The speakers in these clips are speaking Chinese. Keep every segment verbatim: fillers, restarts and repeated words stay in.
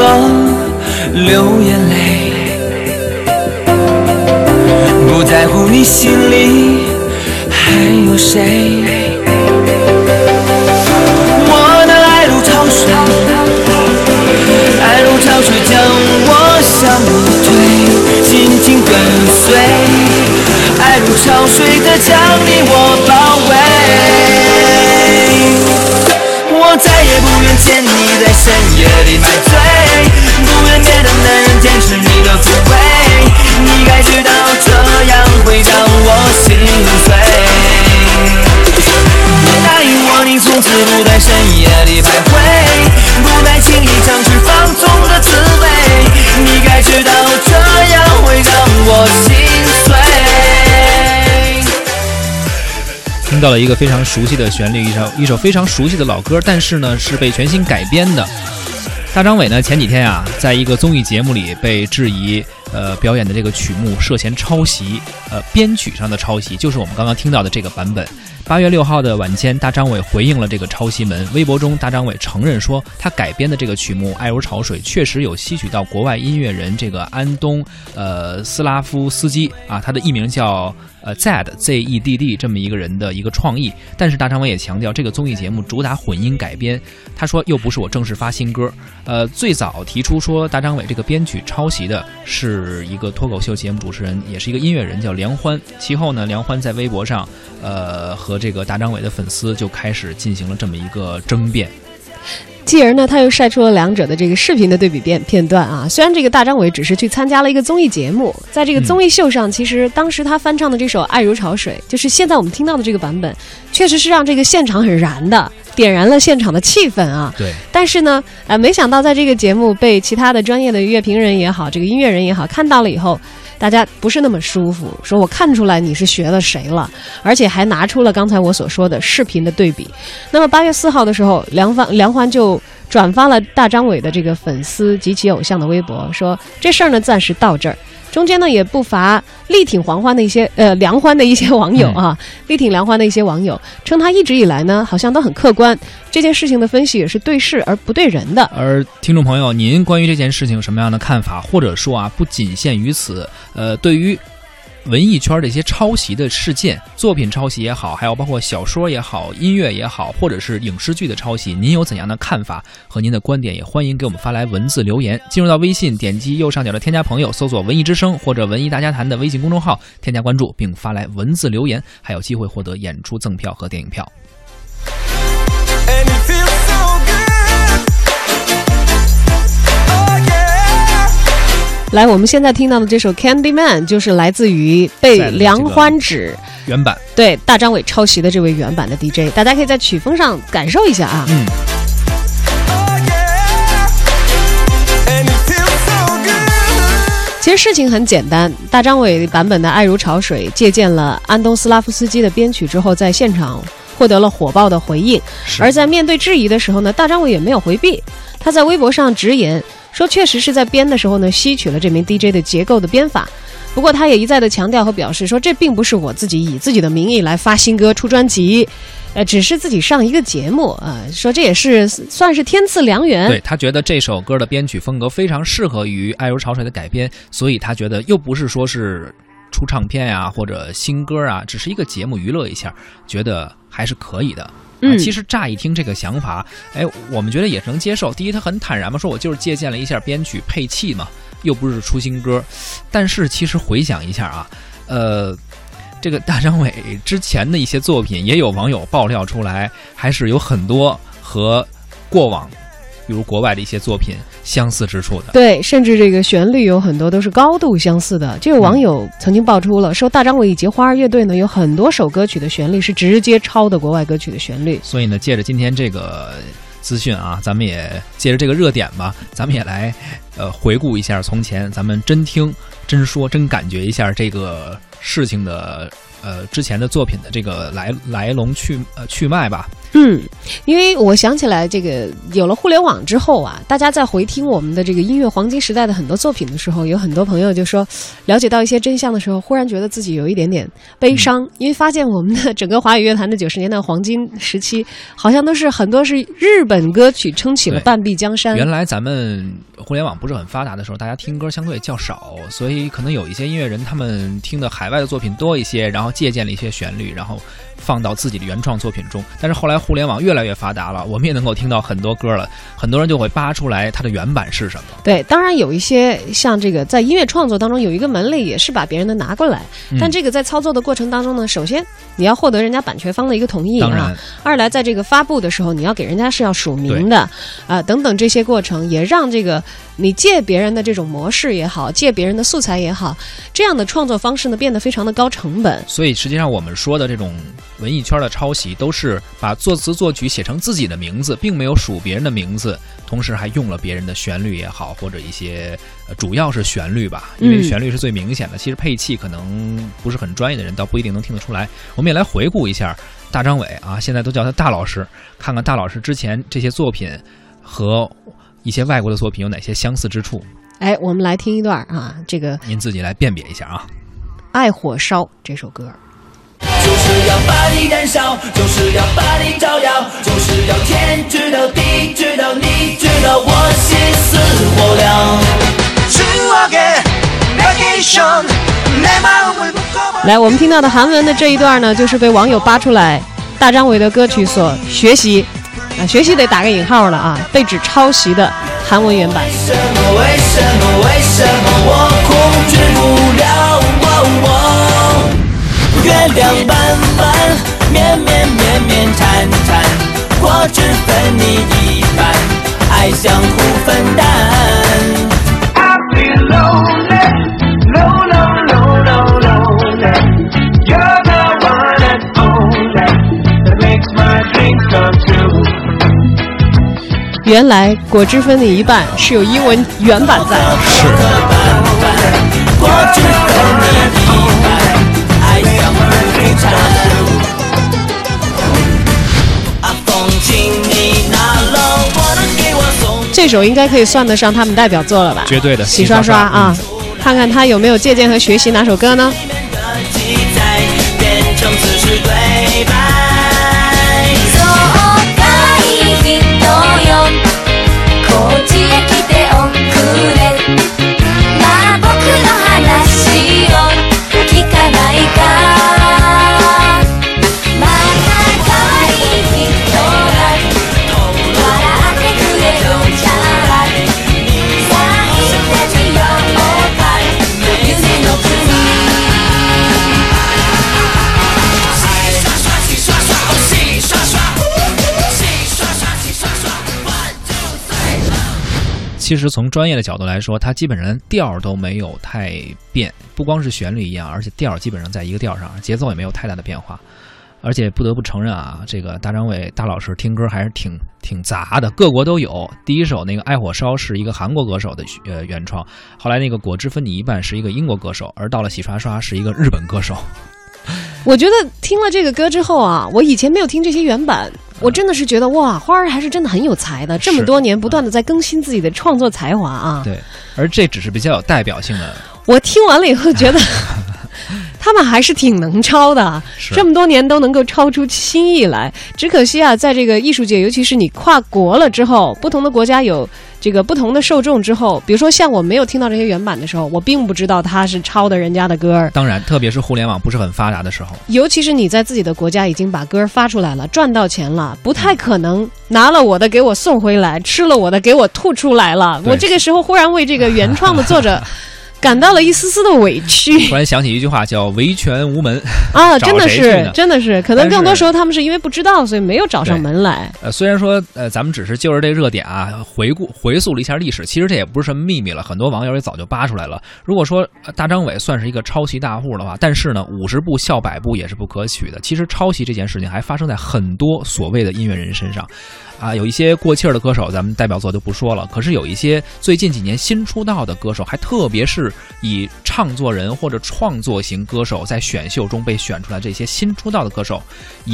了流眼泪，不在乎你心里还有谁。我的爱如潮水，爱如潮水将我向你推，紧紧跟随，爱如潮水的将你我包围。我再也不愿见你在深夜里买醉，不愿别的男人坚持你的抚慰，你该知道这样会让我心碎。答应我你从此不在深夜里徘徊，不再轻易尝去放纵的滋味，你该知道这样会让我心碎。 听到了一个非常熟悉的旋律，一首一首非常熟悉的老歌，但是呢是被全新改编的。大张伟呢前几天啊，在一个综艺节目里被质疑，呃，表演的这个曲目涉嫌抄袭，呃，编曲上的抄袭，就是我们刚刚听到的这个版本。八月六号的晚间，大张伟回应了这个抄袭门。微博中，大张伟承认说，他改编的这个曲目《爱如潮水》确实有吸取到国外音乐人这个安东呃斯拉夫斯基啊，他的艺名叫呃 Zed Z E D D 这么一个人的一个创意。但是大张伟也强调，这个综艺节目主打混音改编。他说，又不是我正式发新歌。呃，最早提出说大张伟这个编曲抄袭的是一个脱口秀节目主持人，也是一个音乐人，叫梁欢。其后呢，梁欢在微博上，呃，和这个大张伟的粉丝就开始进行了这么一个争辩。 继而呢，他又晒出了两者的这个视频的对比片片段啊。虽然这个大张伟只是去参加了一个综艺节目，在这个综艺秀上，嗯、其实当时他翻唱的这首《爱如潮水》，就是现在我们听到的这个版本，确实是让这个现场很燃的，点燃了现场的气氛啊。 对。 但是呢，呃，没想到在这个节目被其他的专业的乐评人也好，这个音乐人也好看到了以后，大家不是那么舒服，说我看出来你是学了谁了，而且还拿出了刚才我所说的视频的对比。那么八月四号的时候，梁欢梁欢就转发了大张伟的这个粉丝及其偶像的微博，说这事儿呢暂时到这儿。中间呢也不乏力挺黄欢的一些呃梁欢的一些网友啊，嗯、力挺梁欢的一些网友称他一直以来呢好像都很客观，这件事情的分析也是对事而不对人的。 而听众朋友，您关于这件事情有什么样的看法？或者说啊，不仅限于此，呃，对于文艺圈的一些抄袭的事件，作品抄袭也好，还有包括小说也好，音乐也好，或者是影视剧的抄袭，您有怎样的看法和您的观点？也欢迎给我们发来文字留言。进入到微信，点击右上角的添加朋友，搜索文艺之声或者文艺大家谈的微信公众号，添加关注并发来文字留言，还有机会获得演出赠票和电影票。 来，我们现在听到的这首 Candyman 就是来自于被梁欢指原版对大张伟抄袭的这位原版的 D J， 大家可以在曲风上感受一下啊。 嗯， 其实事情很简单，大张伟版本的《爱如潮水》借鉴了安东斯拉夫斯基的编曲之后，在现场获得了火爆的回应。而在面对质疑的时候呢，大张伟也没有回避，他在微博上直言说，确实是在编的时候呢，吸取了这名 D J 的结构的编法。不过他也一再的强调和表示说，这并不是我自己以自己的名义来发新歌出专辑，呃，只是自己上一个节目啊、呃，说这也是算是天赐良缘。 对，他觉得这首歌的编曲风格非常适合于《爱如潮水》的改编，所以他觉得又不是说是出唱片呀、啊、或者新歌啊，只是一个节目娱乐一下，觉得还是可以的。 嗯， 其实乍一听这个想法，哎，我们觉得也能接受。第一，他很坦然嘛，说我就是借鉴了一下编曲配器嘛，又不是出新歌。但是其实回想一下啊，呃，这个大张伟之前的一些作品，也有网友爆料出来，还是有很多和过往，比如国外的一些作品相似之处的。 对，甚至这个旋律有很多都是高度相似的。这个网友曾经爆出了，说大张伟以及花儿乐队呢，有很多首歌曲的旋律是直接抄的国外歌曲的旋律。 所以呢，借着今天这个资讯啊，咱们也借着这个热点吧，咱们也来呃回顾一下从前，咱们真听、真说、真感觉一下这个事情的呃之前的作品的这个来来龙去呃去脉吧。 嗯，因为我想起来，这个有了互联网之后啊，大家在回听我们的这个音乐黄金时代的很多作品的时候，有很多朋友就说，了解到一些真相的时候，忽然觉得自己有一点点悲伤，嗯、因为发现我们的整个华语乐坛的九十年代黄金时期，好像都是很多是日本歌曲撑起了半壁江山。 原来咱们互联网不是很发达的时候，大家听歌相对较少，所以可能有一些音乐人他们听的海外的作品多一些，然后借鉴了一些旋律，然后放到自己的原创作品中。但是后来互联网越来越发达了，我们也能够听到很多歌了，很多人就会扒出来它的原版是什么。 对，当然有一些像这个在音乐创作当中有一个门类，也是把别人的拿过来， 嗯、 但这个在操作的过程当中呢，首先你要获得人家版权方的一个同意啊，二来在这个发布的时候你要给人家是要署名的啊、呃，等等这些过程，也让这个你借别人的这种模式也好，借别人的素材也好，这样的创作方式呢变得非常的高成本。 所以实际上我们说的这种文艺圈的抄袭，都是把作词作曲写成自己的名字，并没有署别人的名字，同时还用了别人的旋律也好，或者一些、呃、主要是旋律吧，因为旋律是最明显的、嗯、其实配器可能不是很专业的人倒不一定能听得出来。我们也来回顾一下大张伟啊，现在都叫他大老师，看看大老师之前这些作品和一些外国的作品有哪些相似之处。 哎，我们来听一段啊，这个您自己来辨别一下啊。 爱火烧这首歌， 就是要把你燃烧，就是要把你照耀，就是要天知道地知道你知道我心似火燎。 来，我们听到的韩文的这一段呢，就是被网友扒出来大张伟的歌曲所学习啊，学习得打个引号了啊，被指抄袭的韩文原版。为什么为什么为什么我控制不了我？ 月亮弯弯，绵绵绵绵缠缠，我只分你一半，爱相互分担。I feel lonely, lonely, lonely, lonely. You're the one and only that makes my dreams come true. 原来果汁分你一半是有英文原版在。 是。 果汁分你一半。 这首应该可以算得上他们代表作了吧？ 绝对的， 洗刷刷啊！嗯、看看他有没有借鉴和学习哪首歌呢？ 其实从专业的角度来说，它基本上调都没有太变，不光是旋律一样，而且调基本上在一个调上，节奏也没有太大的变化。而且不得不承认啊，这个大张伟大老师听歌还是挺挺杂的，各国都有。第一首那个《爱火烧》是一个韩国歌手的呃原创，后来那个《果汁分你一半》是一个英国歌手，而到了《洗刷刷》是一个日本歌手。 我觉得听了这个歌之后啊，我以前没有听这些原版，我真的是觉得哇，花儿还是真的很有才的，这么多年不断的在更新自己的创作才华啊。 对，而这只是比较有代表性的。 我听完了以后觉得他们还是挺能抄的，这么多年都能够抄出新意来。只可惜啊，在这个艺术界，尤其是你跨国了之后，不同的国家有这个不同的受众之后，比如说像我没有听到这些原版的时候，我并不知道他是抄的人家的歌。 当然，特别是互联网不是很发达的时候， 尤其是你在自己的国家已经把歌发出来了，赚到钱了，不太可能拿了我的给我送回来，吃了我的给我吐出来了。我这个时候忽然为这个原创的作者感到了一丝丝的委屈。 突然想起一句话叫维权无门啊，真的是真的是，可能更多时候他们是因为不知道，所以没有找上门来。 呃，虽然说呃咱们只是就着这热点啊回顾回溯了一下历史，其实这也不是什么秘密了，很多网友也早就扒出来了。如果说大张伟算是一个抄袭大户的话，但是呢五十步笑百步也是不可取的。其实抄袭这件事情还发生在很多所谓的音乐人身上。啊，有一些过气儿的歌手，咱们代表作就不说了。可是有一些最近几年新出道的歌手，还特别是以唱作人或者创作型歌手在选秀中被选出来，这些新出道的歌手也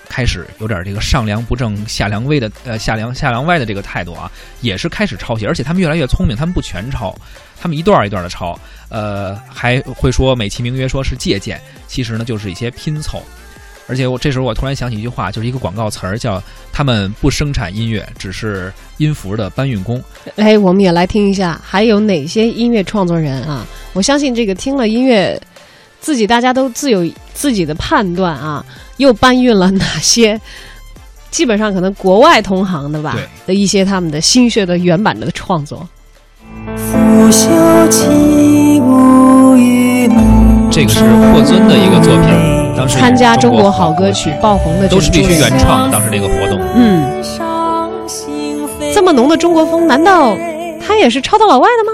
开始有点这个上梁不正下梁歪的呃下梁下梁歪的这个态度啊，也是开始抄袭，而且他们越来越聪明，他们不全抄，他们一段一段的抄，呃，还会说美其名曰说是借鉴，其实呢就是一些拼凑。而且我这时候我突然想起一句话，就是一个广告词儿，叫他们不生产音乐，只是音符的搬运工。 哎，我们也来听一下，还有哪些音乐创作人啊？我相信这个听了音乐，自己大家都自有自己的判断啊，又搬运了哪些？基本上可能国外同行的吧的一些他们的心血的原版的创作。 这个是霍尊的一个作品，当时参加中国好歌曲爆红的都是必须原创的。当时这个活动， 嗯，这么浓的中国风，难道他也是抄到老外的吗？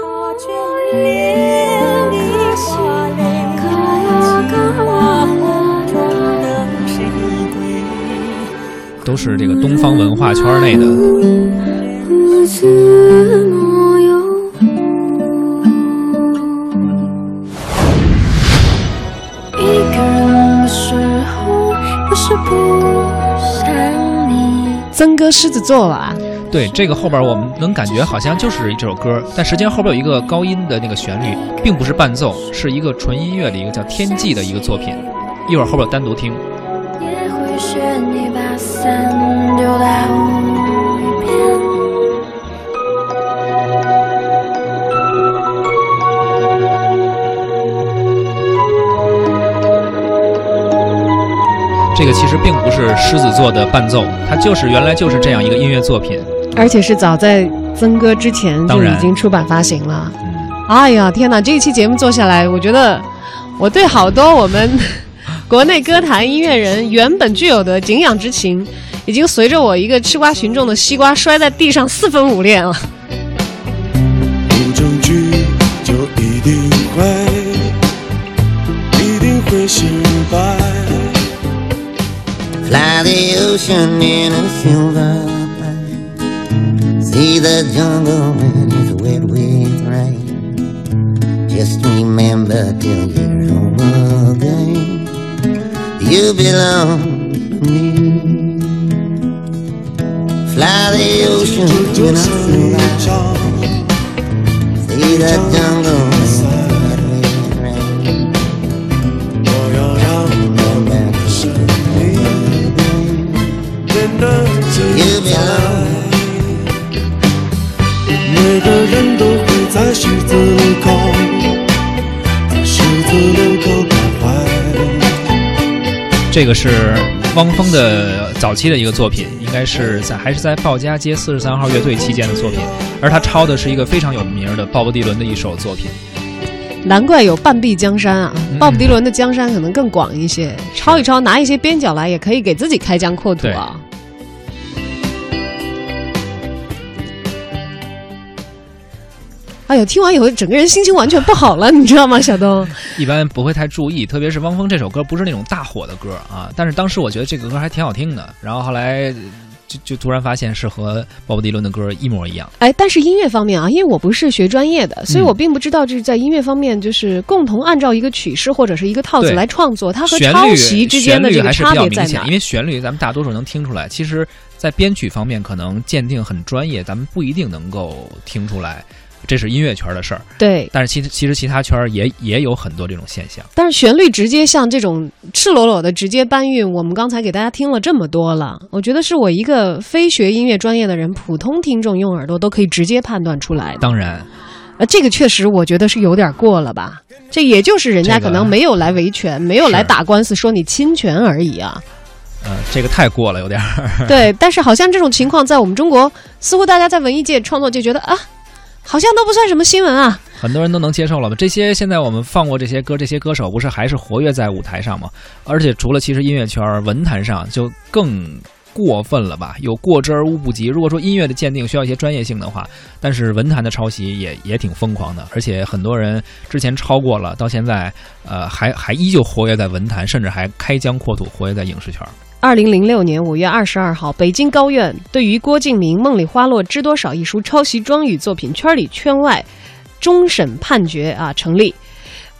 都是这个东方文化圈内的。 曾哥狮子座吧， 对，这个后边我们能感觉好像就是这首歌，但实际上后边有一个高音的那个旋律，并不是伴奏，是一个纯音乐的一个叫《天际》的一个作品，一会儿后边单独听。 也会学你把伞丢到一边。 这个其实并不是狮子座的伴奏，它就是原来就是这样一个音乐作品， 而且是早在曾哥之前就已经出版发行了。嗯，哎呀，天哪！这一期节目做下来，我觉得我对好多我们国内歌坛音乐人原本具有的敬仰之情，已经随着我一个吃瓜群众的西瓜摔在地上四分五裂了。 有证据就一定会，一定会失败。 Fly the ocean in a silver plane. See the jungle when it's wet with rain. Just remember till you're home again, you belong to me. Fly the ocean in a silver plane. See the jungle when it's wet with rain. Remember till you're You belong. 每个人都会在十字路口，在十字路口徘徊。 这个是汪峰的早期的一个作品，应该是在还是在鲍家街四十三号乐队期间的作品，而他抄的是一个非常有名的鲍勃迪伦的一首作品。 难怪有半壁江山啊！鲍勃迪伦的江山可能更广一些，抄一抄，拿一些边角来，也可以给自己开疆扩土啊。哎呦，听完以后整个人心情完全不好了，你知道吗，小东？ 一般不会太注意，特别是汪峰这首歌不是那种大火的歌啊，但是当时我觉得这个歌还挺好听的，然后后来就就突然发现是和鲍勃迪伦的歌一模一样。 哎，但是音乐方面啊，因为我不是学专业的，所以我并不知道这是在音乐方面就是共同按照一个曲式或者是一个套子来创作，它和抄袭之间的这个差别在哪？ 因为旋律咱们大多数能听出来，其实在编曲方面可能鉴定很专业，咱们不一定能够听出来。这是音乐圈的事儿， 对。 但是其实其实其他圈也也有很多这种现象。 但是旋律直接像这种赤裸裸的直接搬运，我们刚才给大家听了这么多了，我觉得是我一个非学音乐专业的人，普通听众用耳朵都可以直接判断出来的。 当然， 呃，这个确实我觉得是有点过了吧。这也就是人家可能没有来维权，没有来打官司说你侵权而已啊。 呃，这个太过了，有点儿。 对，但是好像这种情况在我们中国，似乎大家在文艺界创作界觉得啊。好像都不算什么新闻啊， 很多人都能接受了吧？这些现在我们放过这些歌，这些歌手不是还是活跃在舞台上吗？而且除了其实音乐圈文坛上就更过分了吧，有过之而无不及。如果说音乐的鉴定需要一些专业性的话，但是文坛的抄袭也也挺疯狂的，而且很多人之前抄过了，到现在呃还还依旧活跃在文坛，甚至还开疆扩土，活跃在影视圈。 二零零六年五月二十二号，北京高院对于郭敬明《梦里花落知多少》一书抄袭庄语作品圈里圈外终审判决啊成立。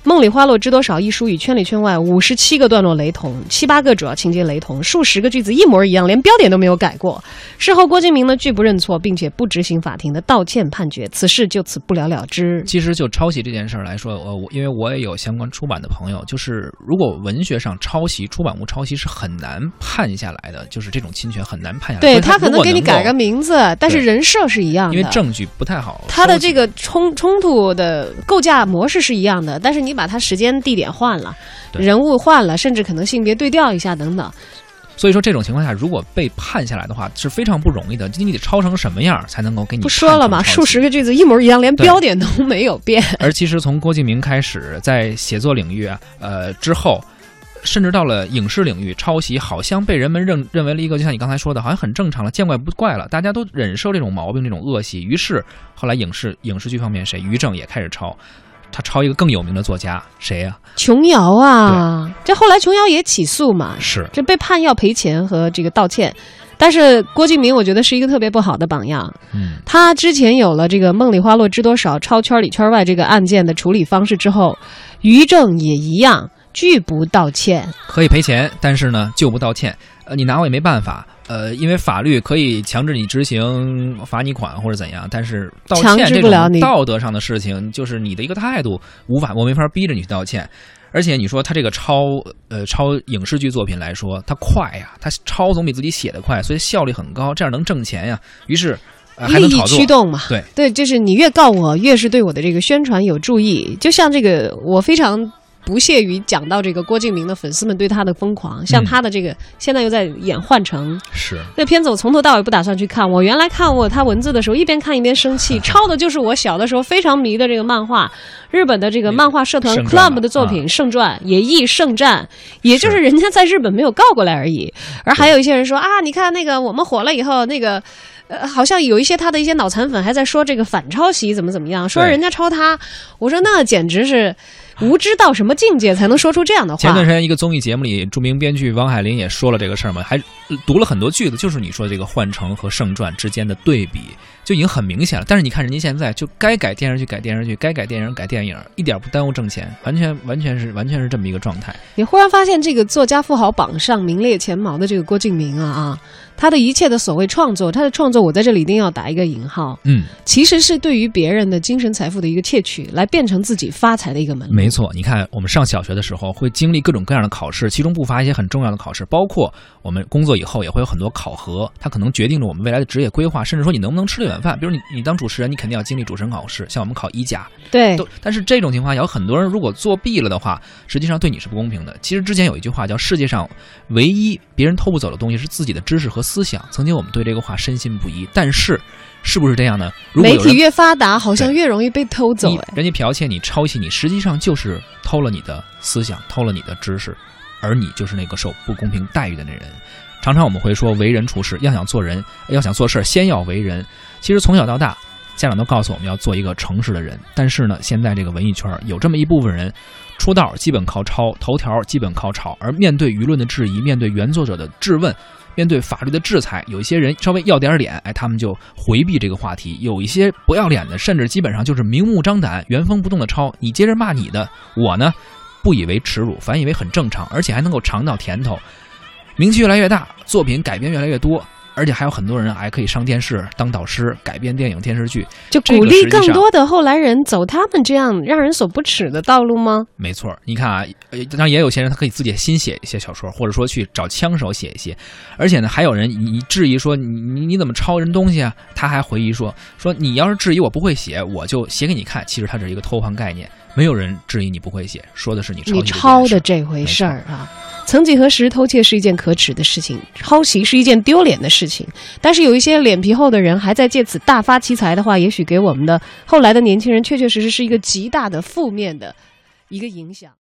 梦里花落知多少一书与圈里圈外五十七个段落雷同，七八个主要情节雷同，数十个句子一模一样，连标点都没有改过。事后郭敬明呢拒不认错，并且不执行法庭的道歉判决，此事就此不了了之。 其实就抄袭这件事儿来说，我我因为我也有相关出版的朋友，就是如果文学上抄袭、出版物抄袭是很难判下来的，就是这种侵权很难判下来。 对， 他可能给你改个名字，但是人设是一样的， 因为证据不太好。 他的这个冲冲突的构架模式是一样的，但是你把它时间地点换了，人物换了，甚至可能性别对调一下等等。 所以说这种情况下，如果被判下来的话，是非常不容易的。你得抄成什么样才能够给你？ 不说了嘛，数十个句子一模一样，连标点都没有变。 而其实从郭敬明开始，在写作领域啊，呃之后，甚至到了影视领域，抄袭好像被人们认认为了一个，就像你刚才说的，好像很正常了，见怪不怪了，大家都忍受这种毛病、这种恶习。于是后来影视影视剧方面，谁于正也开始抄。他抄一个更有名的作家，谁呀、啊？ 琼瑶啊！这后来琼瑶也起诉嘛， 是这被判要赔钱和这个道歉。但是郭敬明，我觉得是一个特别不好的榜样。 嗯， 他之前有了这个“梦里花落知多少”抄圈里圈外这个案件的处理方式之后，于正也一样拒不道歉， 可以赔钱，但是呢就不道歉。呃，你拿我也没办法。呃，因为法律可以强制你执行、罚你款或者怎样，但是道歉这种道德上的事情，就是你的一个态度，无法我没法逼着你去道歉。而且你说他这个抄呃抄影视剧作品来说，他快呀，他抄总比自己写的快，所以效率很高，这样能挣钱呀。于是。呃、还能利益驱动嘛， 对对，就是你越告我，越是对我的这个宣传有注意。就像这个，我非常不屑于讲到这个郭敬明的粉丝们对他的疯狂，像他的这个、嗯、现在又在演《幻城》， 是那片子我从头到尾不打算去看。我原来看过他文字的时候，一边看一边生气，抄的就是我小的时候非常迷的这个漫画，日本的这个漫画社团 Club 的作品《圣传》，也译圣战，也就是人家在日本没有告过来而已。而还有一些人说啊，你看那个我们火了以后，那个。呃，好像有一些他的一些脑残粉还在说这个反抄袭怎么怎么样，说人家抄他，我说那简直是无知到什么境界才能说出这样的话。 前段时间一个综艺节目里，著名编剧王海林也说了这个事儿嘛，还读了很多句子，就是你说这个《幻城》和《圣传》之间的对比就已经很明显了。但是你看人家现在就该改电视剧改电视剧，该改电影改电影，一点不耽误挣钱，完全完全是完全是这么一个状态。 你忽然发现这个作家富豪榜上名列前茅的这个郭敬明啊啊，他的一切的所谓创作，他的创作我在这里一定要打一个引号， 嗯， 其实是对于别人的精神财富的一个窃取，来变成自己发财的一个门路。 没错，你看我们上小学的时候会经历各种各样的考试，其中不乏一些很重要的考试，包括我们工作以后也会有很多考核，它可能决定了我们未来的职业规划，甚至说你能不能吃这碗饭。比如你你当主持人，你肯定要经历主持人考试，像我们考一甲， 对， 但是这种情况下有很多人如果作弊了的话，实际上对你是不公平的。其实之前有一句话叫世界上唯一别人偷不走的东西是自己的知识和思想，曾经我们对这个话深信不疑，但是是不是这样呢？如果媒体越发达，好像越容易被偷走。 人家剽窃你、抄袭你，实际上就是偷了你的思想，偷了你的知识，而你就是那个受不公平待遇的那人。常常我们会说，为人处事要想做人，要想做事，先要为人。其实从小到大，家长都告诉我们要做一个诚实的人，但是呢，现在这个文艺圈有这么一部分人，出道基本靠抄，头条基本靠炒，而面对舆论的质疑，面对原作者的质问，面对法律的制裁，有一些人稍微要点脸，哎，他们就回避这个话题；有一些不要脸的，甚至基本上就是明目张胆、原封不动的抄，你接着骂你的，我呢不以为耻辱，反以为很正常，而且还能够尝到甜头。名气越来越大，作品改编越来越多，而且还有很多人还可以上电视当导师，改编电影电视剧， 就鼓励更多的后来人走他们这样让人所不耻的道路吗？ 没错，你看啊，当然也有些人他可以自己新写一些小说，或者说去找枪手写一些，而且呢，还有人你质疑说你你你怎么抄人东西啊？他还回忆说说你要是质疑我不会写，我就写给你看。其实它是一个偷换概念，没有人质疑你不会写，说的是你抄你抄的这回事儿啊。曾几何时，偷窃是一件可耻的事情，抄袭是一件丢脸的事情。但是有一些脸皮厚的人还在借此大发其财的话，也许给我们的后来的年轻人确确实实是一个极大的负面的一个影响。